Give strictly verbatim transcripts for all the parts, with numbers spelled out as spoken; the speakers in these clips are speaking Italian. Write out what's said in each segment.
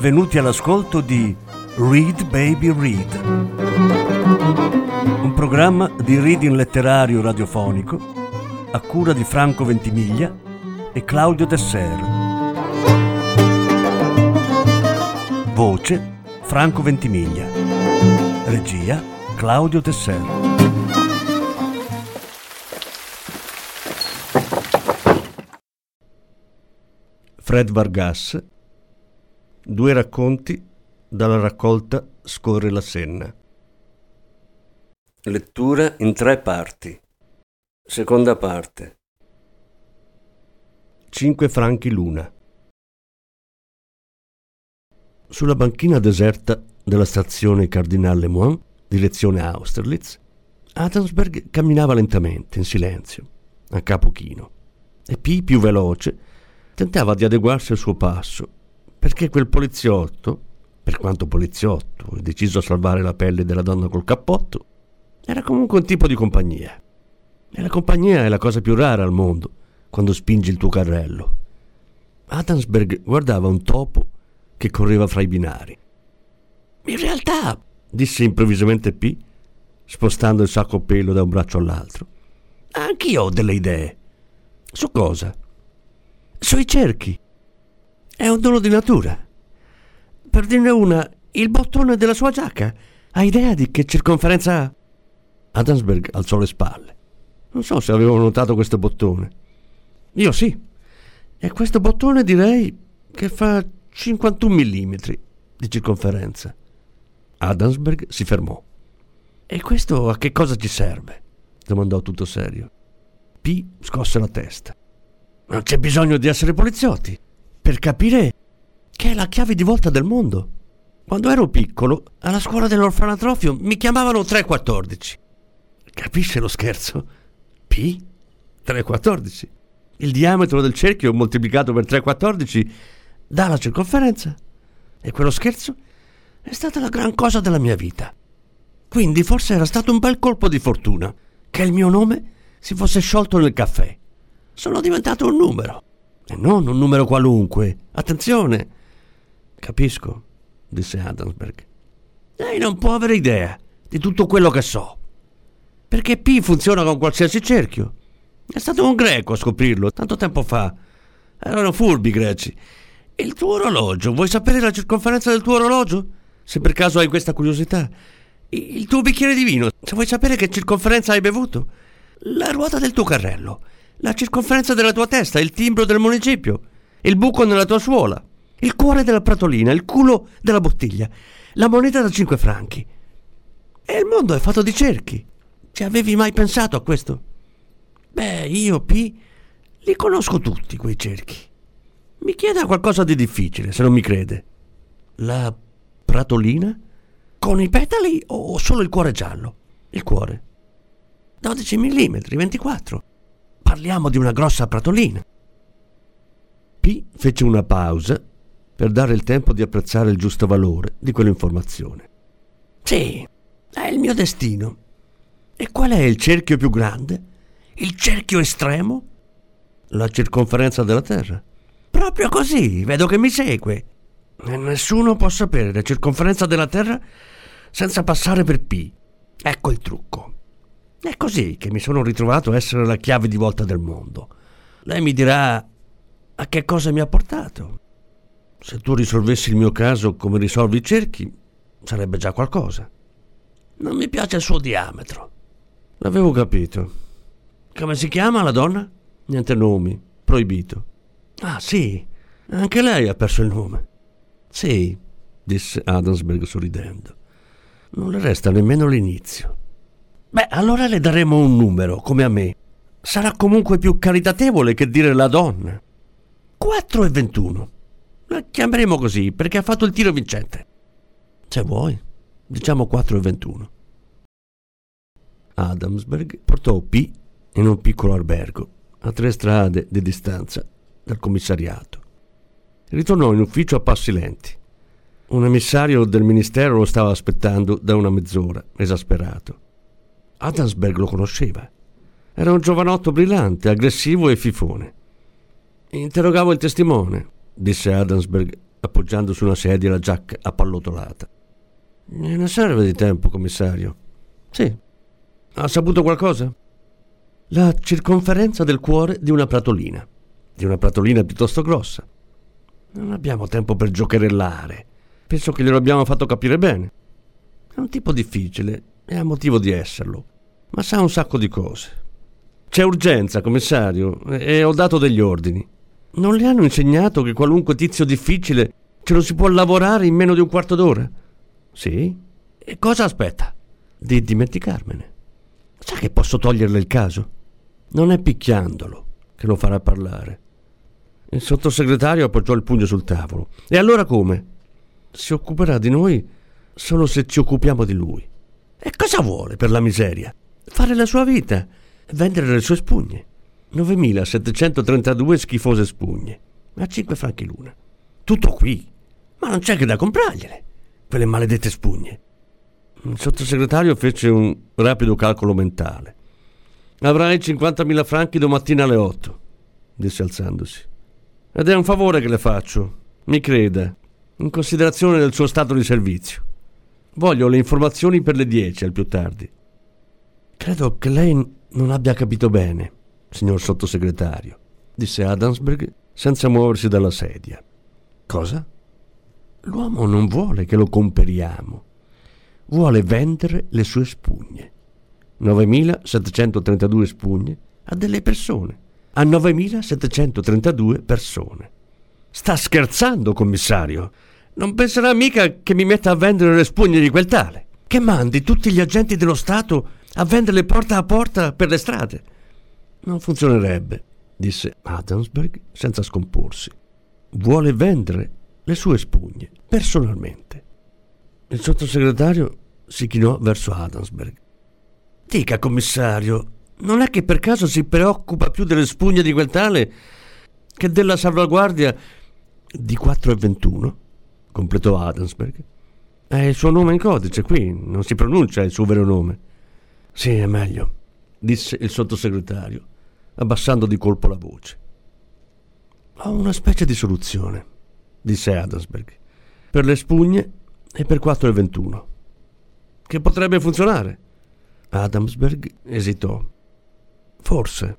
benvenuti all'ascolto di Read Baby Read, un programma di reading letterario radiofonico a cura di Franco Ventimiglia e Claudio Desser. Voce Franco Ventimiglia. Regia Claudio Desser. Fred Vargas. Due racconti dalla raccolta Scorre la Senna. Lettura in tre parti. Seconda parte. Cinque franchi l'una. Sulla banchina deserta della stazione Cardinal Lemoine, direzione Austerlitz, Adamsberg camminava lentamente, in silenzio, a capo chino, e P, più veloce, tentava di adeguarsi al suo passo, perché quel poliziotto, per quanto poliziotto e deciso a salvare la pelle della donna col cappotto, era comunque un tipo di compagnia. E la compagnia è la cosa più rara al mondo quando spingi il tuo carrello. Adamsberg guardava un topo che correva fra i binari. In realtà, disse improvvisamente P, spostando il sacco pelo da un braccio all'altro, anch'io ho delle idee. Su cosa? Sui cerchi. È un dono di natura. Per dirne una, il bottone della sua giacca ha idea di che circonferenza ha? Adamsberg alzò le spalle. Non so se avevo notato questo bottone. Io sì. E questo bottone direi che fa cinquantuno millimetri di circonferenza. Adamsberg si fermò. E questo a che cosa ci serve? Domandò tutto serio. P scosse la testa. Non c'è bisogno di essere poliziotti per capire che è la chiave di volta del mondo. Quando ero piccolo, alla scuola dell'orfanatrofio mi chiamavano tre quattordici. Capisce lo scherzo? P? tre quattordici. Il diametro del cerchio moltiplicato per tre quattordici dà la circonferenza. E quello scherzo è stata la gran cosa della mia vita. Quindi forse era stato un bel colpo di fortuna che il mio nome si fosse sciolto nel caffè. Sono diventato un numero. E non un numero qualunque. Attenzione. Capisco, disse Adamsberg. Lei non può avere idea di tutto quello che so. Perché P funziona con qualsiasi cerchio. È stato un greco a scoprirlo tanto tempo fa. Erano furbi i greci. Il tuo orologio, vuoi sapere la circonferenza del tuo orologio? Se per caso hai questa curiosità. Il tuo bicchiere di vino, se vuoi sapere che circonferenza hai bevuto. La ruota del tuo carrello. La circonferenza della tua testa, il timbro del municipio, il buco nella tua suola, il cuore della pratolina, il culo della bottiglia, la moneta da cinque franchi. E il mondo è fatto di cerchi. Ci avevi mai pensato a questo? Beh, io, P, li conosco tutti quei cerchi. Mi chieda qualcosa di difficile, se non mi crede. La pratolina? Con i petali o solo il cuore giallo? Il cuore. dodici millimetri, ventiquattro. Parliamo di una grossa pratolina. P fece una pausa per dare il tempo di apprezzare il giusto valore di quell'informazione. Sì, è il mio destino. E qual è il cerchio più grande? Il cerchio estremo? La circonferenza della Terra. Proprio così, vedo che mi segue. E nessuno può sapere la circonferenza della Terra senza passare per P. Ecco il trucco. È così che mi sono ritrovato a essere la chiave di volta del mondo. Lei mi dirà a che cosa mi ha portato. Se tu risolvessi il mio caso come risolvi i cerchi, sarebbe già qualcosa. Non mi piace il suo diametro. L'avevo capito. Come si chiama la donna? Niente nomi, proibito. Ah sì, anche lei ha perso il nome. Sì, disse Adamsberg sorridendo. Non le resta nemmeno l'inizio. Beh, allora le daremo un numero, come a me. Sarà comunque più caritatevole che dire la donna. quattro e ventuno. La chiameremo così perché ha fatto il tiro vincente. Se vuoi, diciamo quattro e ventuno. Adamsberg portò P in un piccolo albergo, a tre strade di distanza dal commissariato. Ritornò in ufficio a passi lenti. Un emissario del ministero lo stava aspettando da una mezz'ora, esasperato. Adamsberg lo conosceva. Era un giovanotto brillante, aggressivo e fifone. Interrogavo il testimone, disse Adamsberg, appoggiando su una sedia la giacca appallotolata. Ne serve di tempo, commissario. Sì. Ha saputo qualcosa? La circonferenza del cuore di una pratolina. Di una pratolina piuttosto grossa. Non abbiamo tempo per giocherellare. Penso che glielo abbiamo fatto capire bene. È un tipo difficile e ha motivo di esserlo, ma sa un sacco di cose. C'è urgenza, commissario, e ho dato degli ordini. Non le hanno insegnato che qualunque tizio difficile ce lo si può lavorare in meno di un quarto d'ora? Sì? E cosa aspetta? Di dimenticarmene. Sa che posso toglierle il caso? Non è picchiandolo che lo farà parlare. Il sottosegretario appoggiò il pugno sul tavolo. E allora come? Si occuperà di noi solo se ci occupiamo di lui. E cosa vuole, per la miseria? Fare la sua vita e vendere le sue spugne. novemilasettecentotrentadue schifose spugne a cinque franchi l'una. Tutto qui, ma non c'è che da comprargliele, quelle maledette spugne. Il sottosegretario fece un rapido calcolo mentale. Avrai cinquantamila franchi domattina alle otto, disse alzandosi. Ed è un favore che le faccio, mi creda, in considerazione del suo stato di servizio. Voglio le informazioni per le dieci al più tardi. Credo che lei non abbia capito bene, signor sottosegretario, disse Adamsberg senza muoversi dalla sedia. Cosa? L'uomo non vuole che lo comperiamo. Vuole vendere le sue spugne. novemilasettecentotrentadue spugne a delle persone. A novemilasettecentotrentadue persone. Sta scherzando, commissario? Non penserà mica che mi metta a vendere le spugne di quel tale? Che mandi tutti gli agenti dello Stato a venderle porta a porta per le strade? Non funzionerebbe, disse Adamsberg senza scomporsi. Vuole vendere le sue spugne personalmente. Il sottosegretario si chinò verso Adamsberg. Dica, commissario, non è che per caso si preoccupa più delle spugne di quel tale che della salvaguardia di quattro e ventuno? Completò Adamsberg. È il suo nome in codice, qui non si pronuncia il suo vero nome. Sì, è meglio, disse il sottosegretario, abbassando di colpo la voce. Ho una specie di soluzione, disse Adamsberg, per le spugne e per quattro e ventuno. Che potrebbe funzionare? Adamsberg esitò. Forse.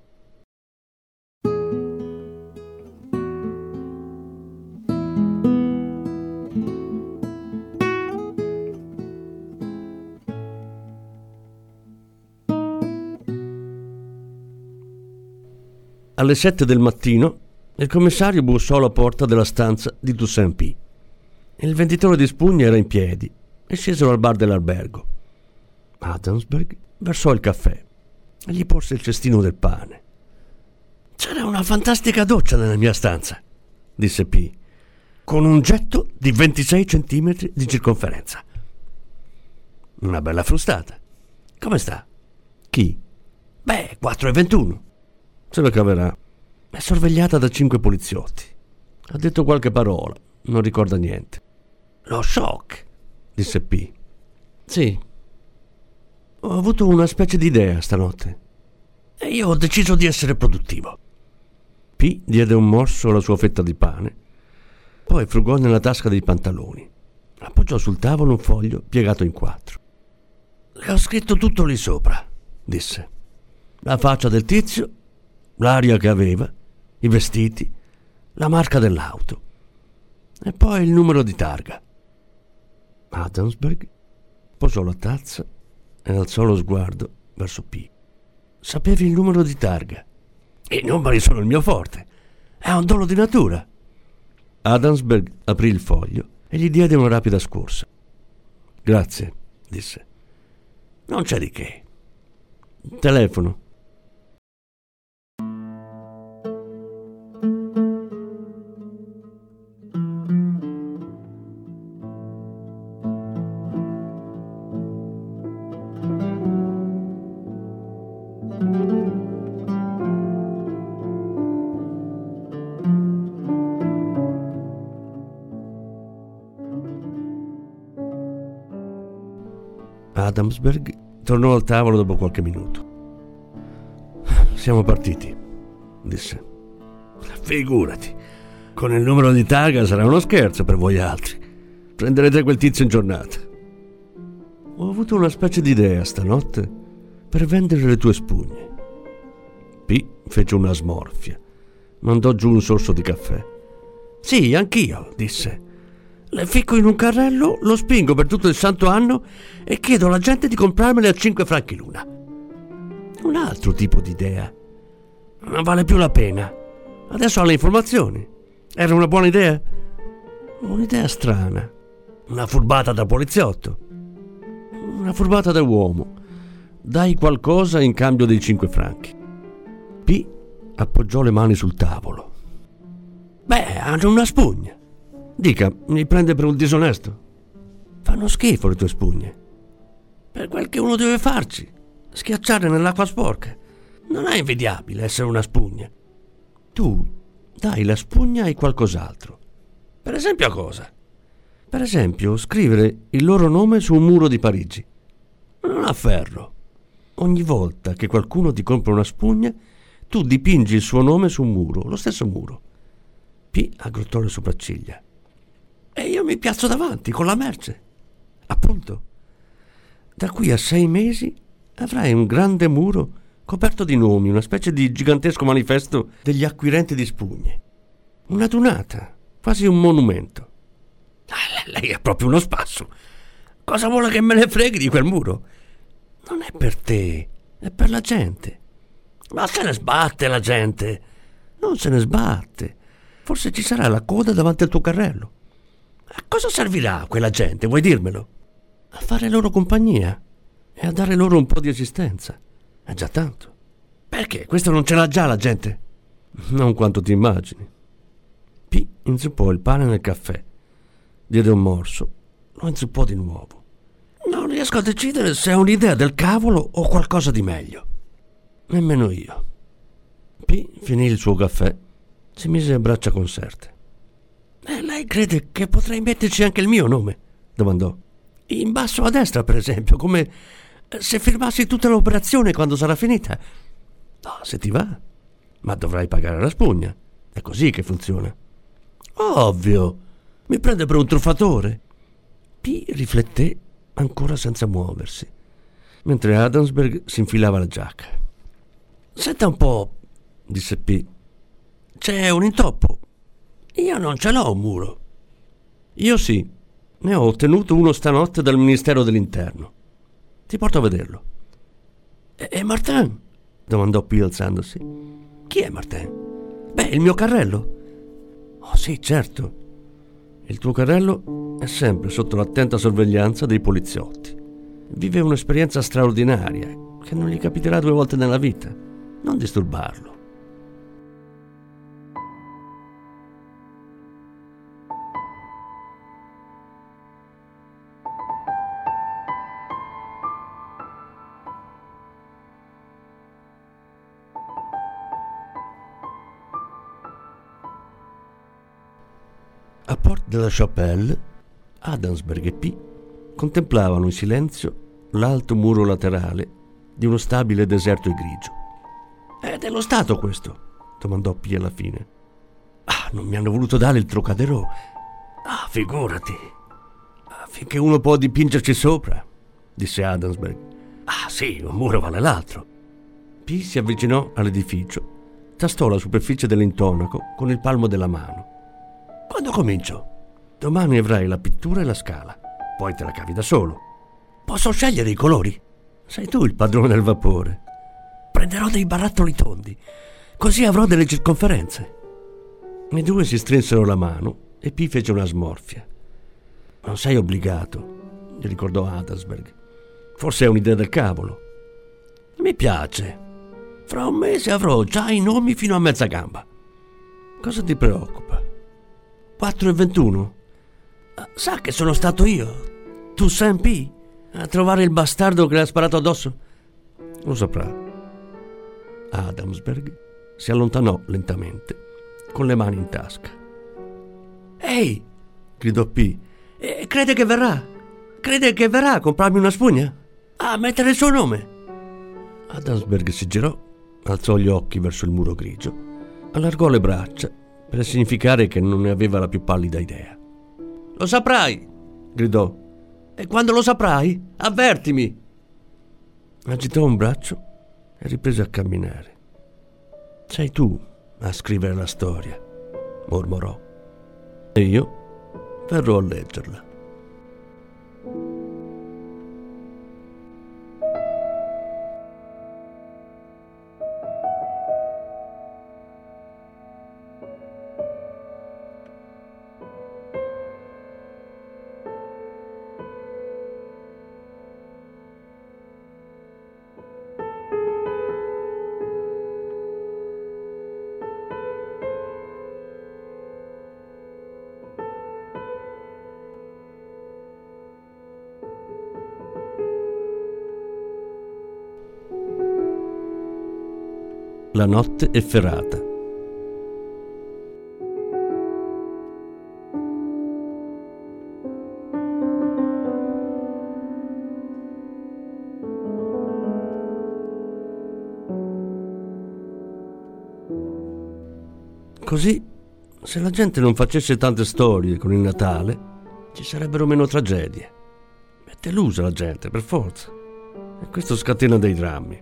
Alle sette del mattino il commissario bussò alla porta della stanza di Toussaint P. Il venditore di spugne era in piedi e scesero al bar dell'albergo. Adamsberg versò il caffè e gli porse il cestino del pane. C'era una fantastica doccia nella mia stanza, disse P, con un getto di ventisei centimetri di circonferenza. Una bella frustata. Come sta? Chi? Beh, quattro e ventuno. Se la caverà. È sorvegliata da cinque poliziotti. Ha detto qualche parola, non ricorda niente. Lo shock, disse P. Sì. Ho avuto una specie di idea stanotte e io ho deciso di essere produttivo. P diede un morso alla sua fetta di pane, poi frugò nella tasca dei pantaloni. Appoggiò sul tavolo un foglio piegato in quattro. Le ho scritto tutto lì sopra, disse. La faccia del tizio, l'aria che aveva, i vestiti, la marca dell'auto e poi il numero di targa. Adamsberg posò la tazza e alzò lo sguardo verso P. Sapevi il numero di targa? I numeri sono il mio forte. È un dono di natura. Adamsberg aprì il foglio e gli diede una rapida scorsa. Grazie, disse. Non c'è di che. Telefono. Adamsberg tornò al tavolo dopo qualche minuto. Siamo partiti, disse. Figurati, Con il numero di targa sarà uno scherzo per voi altri. Prenderete quel tizio in giornata. Ho avuto una specie di idea stanotte per vendere le tue spugne. P fece una smorfia. Mandò giù un sorso di caffè. Sì, anch'io, disse. Le ficco in un carrello, lo spingo per tutto il santo anno e chiedo alla gente di comprarmele a cinque franchi l'una. Un altro tipo di idea. Non vale più la pena. Adesso ho le informazioni. Era una buona idea? Un'idea strana. Una furbata da poliziotto. Una furbata da uomo. Dai qualcosa in cambio dei cinque franchi. P appoggiò le mani sul tavolo. Beh, hanno una spugna. Dica, mi prende per un disonesto? Fanno schifo le tue spugne. Per quel che uno deve farci. Schiacciare nell'acqua sporca. Non è invidiabile essere una spugna. Tu dai la spugna ai qualcos'altro. Per esempio a cosa? Per esempio scrivere il loro nome su un muro di Parigi. Non ha ferro. Ogni volta che qualcuno ti compra una spugna, tu dipingi il suo nome su un muro, lo stesso muro. P aggrottò le sopracciglia. E io mi piazzo davanti con la merce. Appunto. Da qui a sei mesi avrai un grande muro coperto di nomi, una specie di gigantesco manifesto degli acquirenti di spugne. Una dunata, quasi un monumento. Ah, lei è proprio uno spasso. Cosa vuole che me ne freghi di quel muro? Non è per te, è per la gente. Ma se ne sbatte la gente. Non se ne sbatte. Forse ci sarà la coda davanti al tuo carrello. A cosa servirà quella gente, vuoi dirmelo? A fare loro compagnia e a dare loro un po' di esistenza. È già tanto. Perché? Questo non ce l'ha già la gente? Non quanto ti immagini. P inzuppò il pane nel caffè. Diede un morso, lo inzuppò di nuovo. Non riesco a decidere se è un'idea del cavolo o qualcosa di meglio. Nemmeno io. P finì il suo caffè, si mise a braccia conserte. E lei crede che potrei metterci anche il mio nome? Domandò. In basso a destra, per esempio, come se firmassi tutta l'operazione quando sarà finita. No, se ti va. Ma dovrai pagare la spugna. È così che funziona. Ovvio. Mi prende per un truffatore. P rifletté ancora senza muoversi, mentre Adamsberg si infilava la giacca. Senta un po', disse P. C'è un intoppo. Io non ce l'ho un muro. Io sì. Ne ho ottenuto uno stanotte dal Ministero dell'Interno. Ti porto a vederlo. E, e Martin? Domandò P alzandosi. Chi è Martin? Beh, il mio carrello. Oh sì, certo. Il tuo carrello è sempre sotto l'attenta sorveglianza dei poliziotti. Vive un'esperienza straordinaria che non gli capiterà due volte nella vita. Non disturbarlo. A Porte de la Chapelle, Adamsberg e P contemplavano in silenzio l'alto muro laterale di uno stabile deserto e grigio. «È dello Stato questo?» domandò P alla fine. «Ah, non mi hanno voluto dare il Trocadero. Ah, figurati. Finché uno può dipingerci sopra», disse Adamsberg. «Ah, sì, un muro vale l'altro». P si avvicinò all'edificio, tastò la superficie dell'intonaco con il palmo della mano. «Quando comincio?» «Domani avrai la pittura e la scala. Poi te la cavi da solo. Posso scegliere i colori? Sei tu il padrone del vapore. Prenderò dei barattoli tondi, così avrò delle circonferenze». I due si strinsero la mano e P fece una smorfia. «Non sei obbligato», gli ricordò Adamsberg. «Forse è un'idea del cavolo». «Mi piace. Fra un mese avrò già i nomi fino a mezza gamba». «Cosa ti preoccupa?» quattro e ventuno. Sa che sono stato io, Toussaint P, a trovare il bastardo che le ha sparato addosso? Lo saprà. Adamsberg si allontanò lentamente, con le mani in tasca. Ehi, gridò P, e crede che verrà? Crede che verrà a comprarmi una spugna? A mettere il suo nome? Adamsberg si girò, alzò gli occhi verso il muro grigio, allargò le braccia, per significare che non ne aveva la più pallida idea. «Lo saprai!» gridò. «E quando lo saprai, avvertimi!» Agitò un braccio e riprese a camminare. «Sei tu a scrivere la storia», mormorò, «e io verrò a leggerla». La notte è ferrata. Così, se la gente non facesse tante storie con il Natale, ci sarebbero meno tragedie. È delusa la gente, per forza. E questo scatena dei drammi.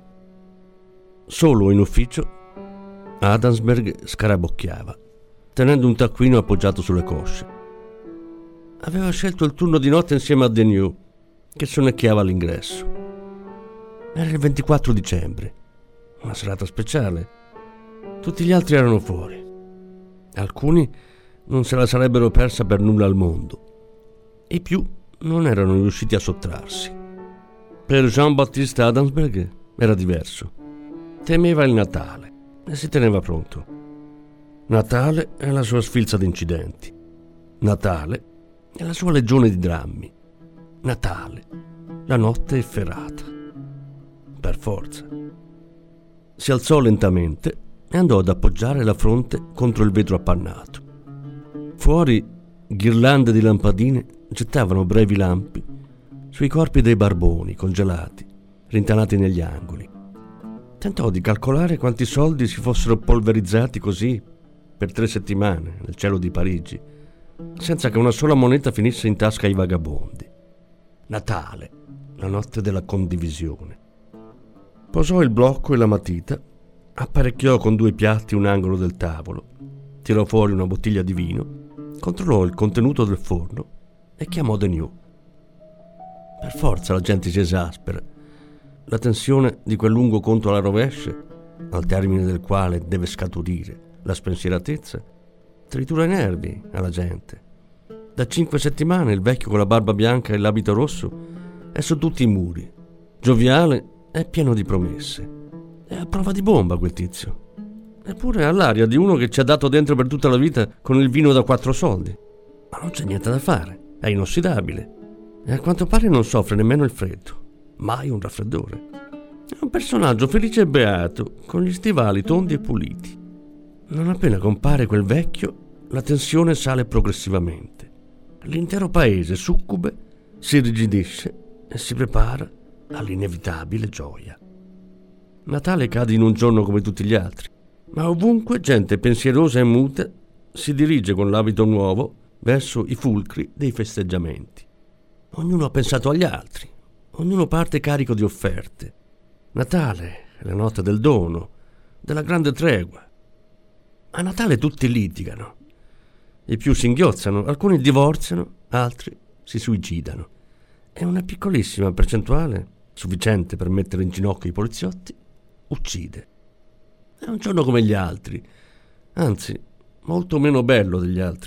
Solo in ufficio, Adamsberg scarabocchiava, tenendo un taccuino appoggiato sulle cosce. Aveva scelto il turno di notte insieme a Deneuve, che sonnecchiava all'ingresso. Era il ventiquattro dicembre, una serata speciale. Tutti gli altri erano fuori. Alcuni non se la sarebbero persa per nulla al mondo. I più non erano riusciti a sottrarsi. Per Jean-Baptiste Adamsberg era diverso. Temeva il Natale e si teneva pronto. Natale è la sua sfilza di incidenti. Natale è la sua legione di drammi. Natale, la notte efferata. Per forza. Si alzò lentamente e andò ad appoggiare la fronte contro il vetro appannato. Fuori, ghirlande di lampadine gettavano brevi lampi sui corpi dei barboni congelati, rintanati negli angoli. Tentò di calcolare quanti soldi si fossero polverizzati così per tre settimane nel cielo di Parigi, senza che una sola moneta finisse in tasca ai vagabondi. Natale, la notte della condivisione. Posò il blocco e la matita, apparecchiò con due piatti un angolo del tavolo, tirò fuori una bottiglia di vino, controllò il contenuto del forno e chiamò Deneuve. Per forza la gente si esaspera. La tensione di quel lungo conto alla rovescia, al termine del quale deve scaturire la spensieratezza, tritura i nervi alla gente. Da cinque settimane il vecchio con la barba bianca e l'abito rosso è su tutti i muri, gioviale e pieno di promesse. È a prova di bomba quel tizio. Eppure ha l'aria di uno che ci ha dato dentro per tutta la vita con il vino da quattro soldi. Ma non c'è niente da fare, è inossidabile e a quanto pare non soffre nemmeno il freddo. Mai un raffreddore. È un personaggio felice e beato, con gli stivali tondi e puliti. Non appena compare quel vecchio, la tensione sale progressivamente. L'intero paese, succube, si irrigidisce e si prepara all'inevitabile gioia. Natale cade in un giorno come tutti gli altri, ma ovunque gente pensierosa e muta si dirige con l'abito nuovo verso i fulcri dei festeggiamenti. Ognuno ha pensato agli altri. Ognuno parte carico di offerte. Natale è la notte del dono, della grande tregua. A Natale tutti litigano. I più singhiozzano, alcuni divorziano, altri si suicidano. E una piccolissima percentuale, sufficiente per mettere in ginocchio i poliziotti, uccide. È un giorno come gli altri, anzi, molto meno bello degli altri.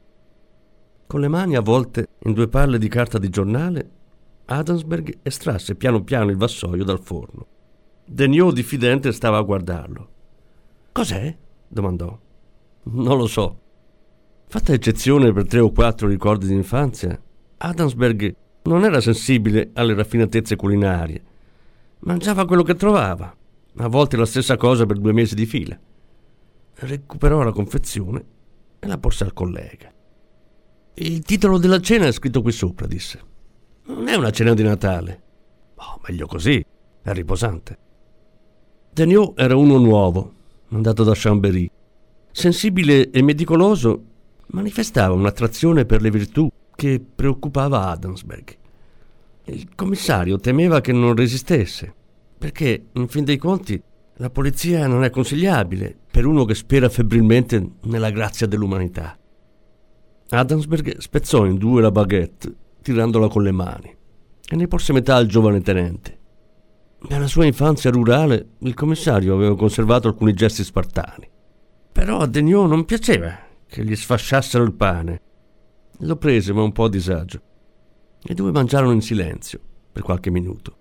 Con le mani avvolte in due palle di carta di giornale, Adamsberg estrasse piano piano il vassoio dal forno. Deneuve, diffidente, stava a guardarlo. «Cos'è?» domandò. «Non lo so». Fatta eccezione per tre o quattro ricordi d'infanzia, Adamsberg non era sensibile alle raffinatezze culinarie. Mangiava quello che trovava, a volte la stessa cosa per due mesi di fila. Recuperò la confezione e la porse al collega. «Il titolo della cena è scritto qui sopra», disse. «Non è una cena di Natale». «Oh, meglio così, è riposante». Deneuve era uno nuovo, andato da Chambéry, sensibile e meticoloso, manifestava un'attrazione per le virtù che preoccupava Adamsberg. Il commissario temeva che non resistesse, perché, in fin dei conti, la polizia non è consigliabile per uno che spera febbrilmente nella grazia dell'umanità. Adamsberg spezzò in due la baguette, tirandola con le mani, e ne porse metà al giovane tenente. Nella sua infanzia rurale il commissario aveva conservato alcuni gesti spartani, però a Degnaud non piaceva che gli sfasciassero il pane. Lo prese, ma un po' a disagio. I due mangiarono in silenzio per qualche minuto.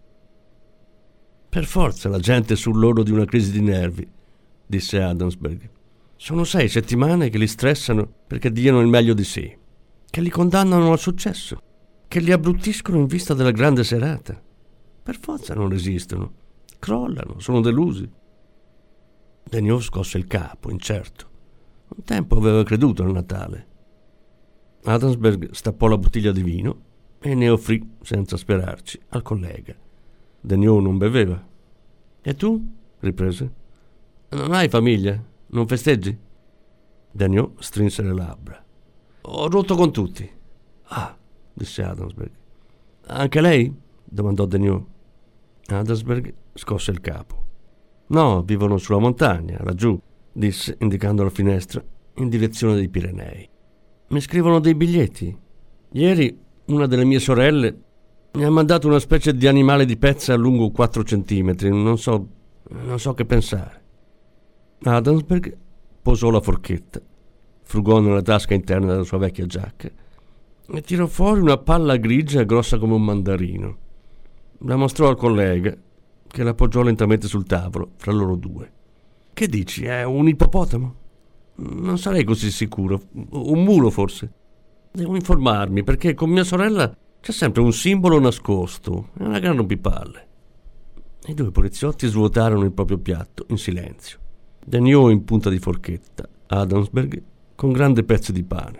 Per forza la gente è sull'orlo di una crisi di nervi, disse Adamsberg. Sono sei settimane che li stressano perché diano il meglio di sé, che li condannano al successo, che li abbruttiscono in vista della grande serata. Per forza non resistono, crollano, sono delusi. Degnaud scosse il capo, incerto. Un tempo aveva creduto al Natale. Adamsberg stappò la bottiglia di vino e ne offrì, senza sperarci, al collega. Degnaud non beveva. E tu? Riprese. Non hai famiglia? Non festeggi? Degnaud strinse le labbra. Ho rotto con tutti. Ah, disse Adamsberg. Anche lei? Domandò Degnaud. Adamsberg scosse il capo. No, vivono sulla montagna, laggiù, disse, indicando la finestra in direzione dei Pirenei. Mi scrivono dei biglietti. Ieri una delle mie sorelle mi ha mandato una specie di animale di pezza lungo quattro centimetri. Non so, non so che pensare. Adamsberg posò la forchetta, frugò nella tasca interna della sua vecchia giacca e tirò fuori una palla grigia grossa come un mandarino. La mostrò al collega, che la appoggiò lentamente sul tavolo fra loro due. Che dici, è un ippopotamo? Non sarei così sicuro. Un mulo, forse. Devo informarmi, perché con mia sorella c'è sempre un simbolo nascosto. È una gran rompipalle. I due poliziotti svuotarono il proprio piatto in silenzio. Degnaud in punta di forchetta, Adamsberg con grande pezzo di pane.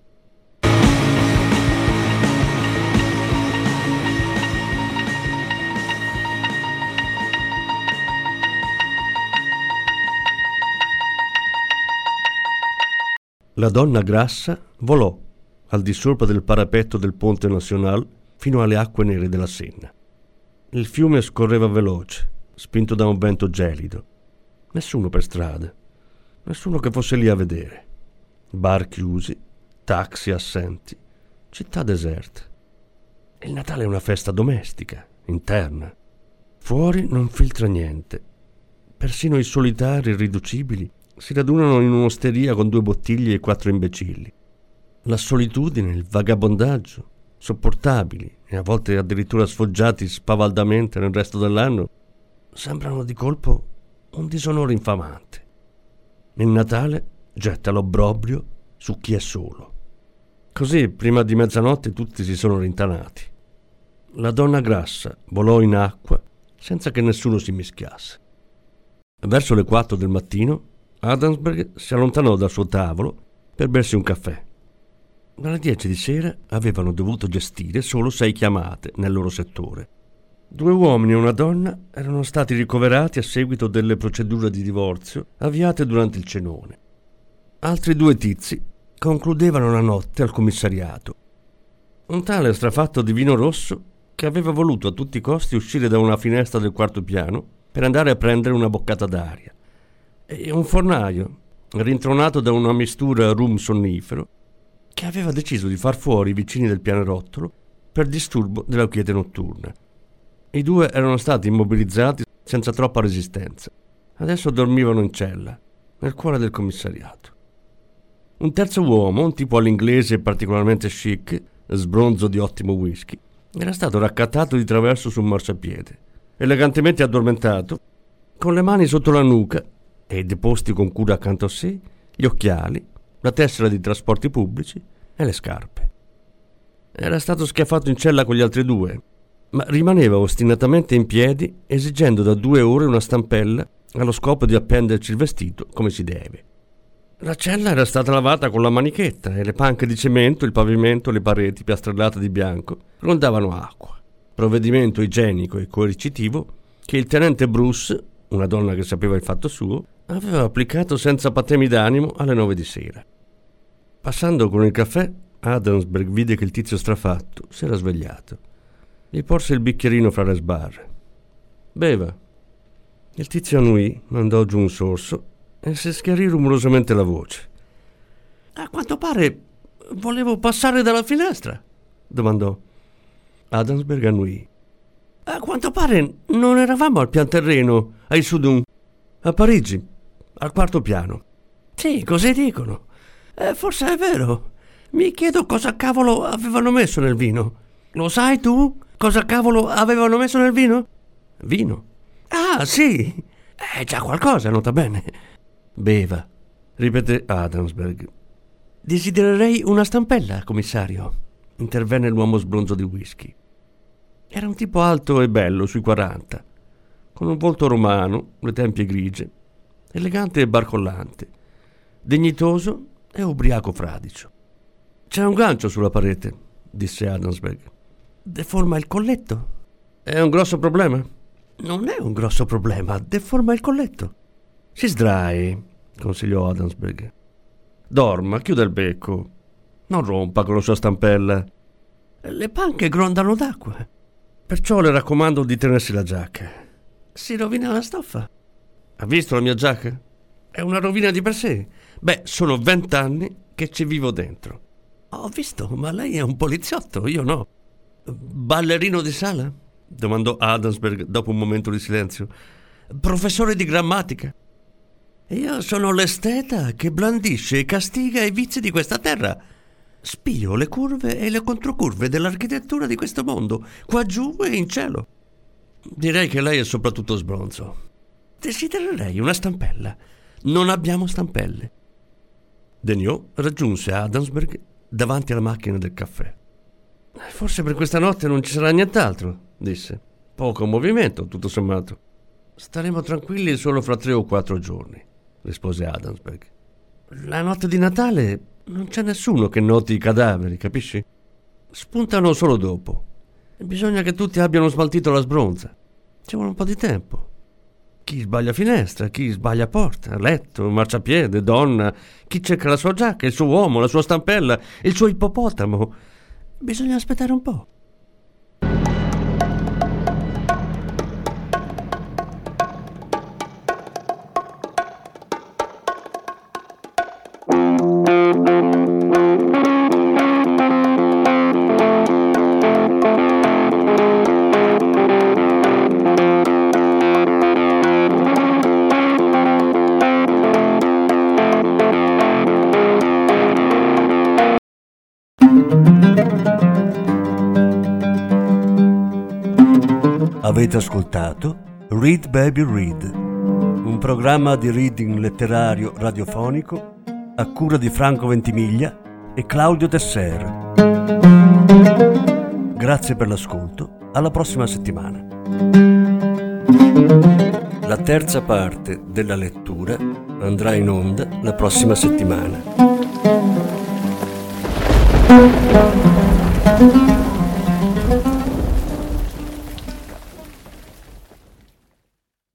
La donna grassa volò al di sopra del parapetto del Ponte National fino alle acque nere della Senna. Il fiume scorreva veloce, spinto da un vento gelido. Nessuno per strada, nessuno che fosse lì a vedere. Bar chiusi, taxi assenti, città deserta. Il Natale è una festa domestica, interna. Fuori non filtra niente. Persino i solitari irriducibili si radunano in un'osteria con due bottiglie e quattro imbecilli. La solitudine, il vagabondaggio, sopportabili e a volte addirittura sfoggiati spavaldamente nel resto dell'anno, sembrano di colpo un disonore infamante. Il Natale getta l'obbrobrio su chi è solo. Così, prima di mezzanotte, tutti si sono rintanati. La donna grassa volò in acqua senza che nessuno si mischiasse. Verso le quattro del mattino, Adamsberg si allontanò dal suo tavolo per bersi un caffè. Dalle dieci di sera avevano dovuto gestire solo sei chiamate nel loro settore. Due uomini e una donna erano stati ricoverati a seguito delle procedure di divorzio avviate durante il cenone. Altri due tizi concludevano la notte al commissariato. Un tale strafatto di vino rosso che aveva voluto a tutti i costi uscire da una finestra del quarto piano per andare a prendere una boccata d'aria. E un fornaio, rintronato da una mistura rum sonnifero, che aveva deciso di far fuori i vicini del pianerottolo per disturbo della quiete notturna. I due erano stati immobilizzati senza troppa resistenza. Adesso dormivano in cella, nel cuore del commissariato. Un terzo uomo, un tipo all'inglese particolarmente chic, sbronzo di ottimo whisky, era stato raccattato di traverso su un marciapiede, elegantemente addormentato, con le mani sotto la nuca e deposti con cura accanto a sé gli occhiali, la tessera di trasporti pubblici e le scarpe. Era stato schiaffato in cella con gli altri due, ma rimaneva ostinatamente in piedi, esigendo da due ore una stampella allo scopo di appenderci il vestito come si deve. La cella era stata lavata con la manichetta e le panche di cemento, il pavimento, le pareti piastrellate di bianco grondavano acqua, provvedimento igienico e coercitivo che il tenente Bruce, una donna che sapeva il fatto suo, Aveva applicato senza patemi d'animo alle nove di sera. Passando con il caffè, Adamsberg vide che il tizio strafatto si era svegliato. Gli porse il bicchierino fra le sbarre. Beva. Il tizio annuì, mandò giù un sorso e si schiarì rumorosamente la voce. A quanto pare volevo passare dalla finestra, domandò. Adamsberg annui. A quanto pare non eravamo al pian terreno, ai Sudun, a Parigi, al quarto piano. Sì, così dicono. Eh, forse è vero. Mi chiedo cosa cavolo avevano messo nel vino. Lo sai tu? Cosa cavolo avevano messo nel vino? Vino. Ah, sì. È già qualcosa, nota bene. Beva, ripeté Adamsberg. Desidererei una stampella, commissario, intervenne l'uomo sbronzo di whisky. Era un tipo alto e bello, sui quaranta, con un volto romano, le tempie grigie, elegante e barcollante, dignitoso e ubriaco fradicio. C'è un gancio sulla parete, disse Adamsberg. Deforma il colletto. È un grosso problema? Non è un grosso problema, deforma il colletto. Si sdrai, consigliò Adamsberg. Dorma, chiuda il becco. Non rompa con la sua stampella. Le panche grondano d'acqua. Perciò le raccomando di tenersi la giacca. Si rovina la stoffa. Ha visto la mia giacca? È una rovina di per sé. Beh, sono vent'anni che ci vivo dentro. Ho visto, ma lei è un poliziotto, io no. Ballerino di sala? Domandò Adamsberg dopo un momento di silenzio. Professore di grammatica? Io sono l'esteta che blandisce e castiga i vizi di questa terra. Spio le curve e le controcurve dell'architettura di questo mondo, qua giù e in cielo. Direi che lei è soprattutto sbronzo. Desidererei una stampella. Non abbiamo stampelle. Deniot raggiunse Adamsberg davanti alla macchina del caffè. Forse per questa notte non ci sarà nient'altro, disse. Poco movimento, tutto sommato. Staremo tranquilli solo fra tre o quattro giorni, rispose Adamsberg. La notte di Natale non c'è nessuno che noti i cadaveri, capisci? Spuntano solo dopo. Bisogna che tutti abbiano smaltito la sbronza. Ci vuole un po' di tempo. Chi sbaglia finestra, chi sbaglia porta, letto, marciapiede, donna, chi cerca la sua giacca, il suo uomo, la sua stampella, il suo ippopotamo. Bisogna aspettare un po'. Avete ascoltato Read Baby Read, un programma di reading letterario radiofonico a cura di Franco Ventimiglia e Claudio Tesser. Grazie per l'ascolto, alla prossima settimana. La terza parte della lettura andrà in onda la prossima settimana.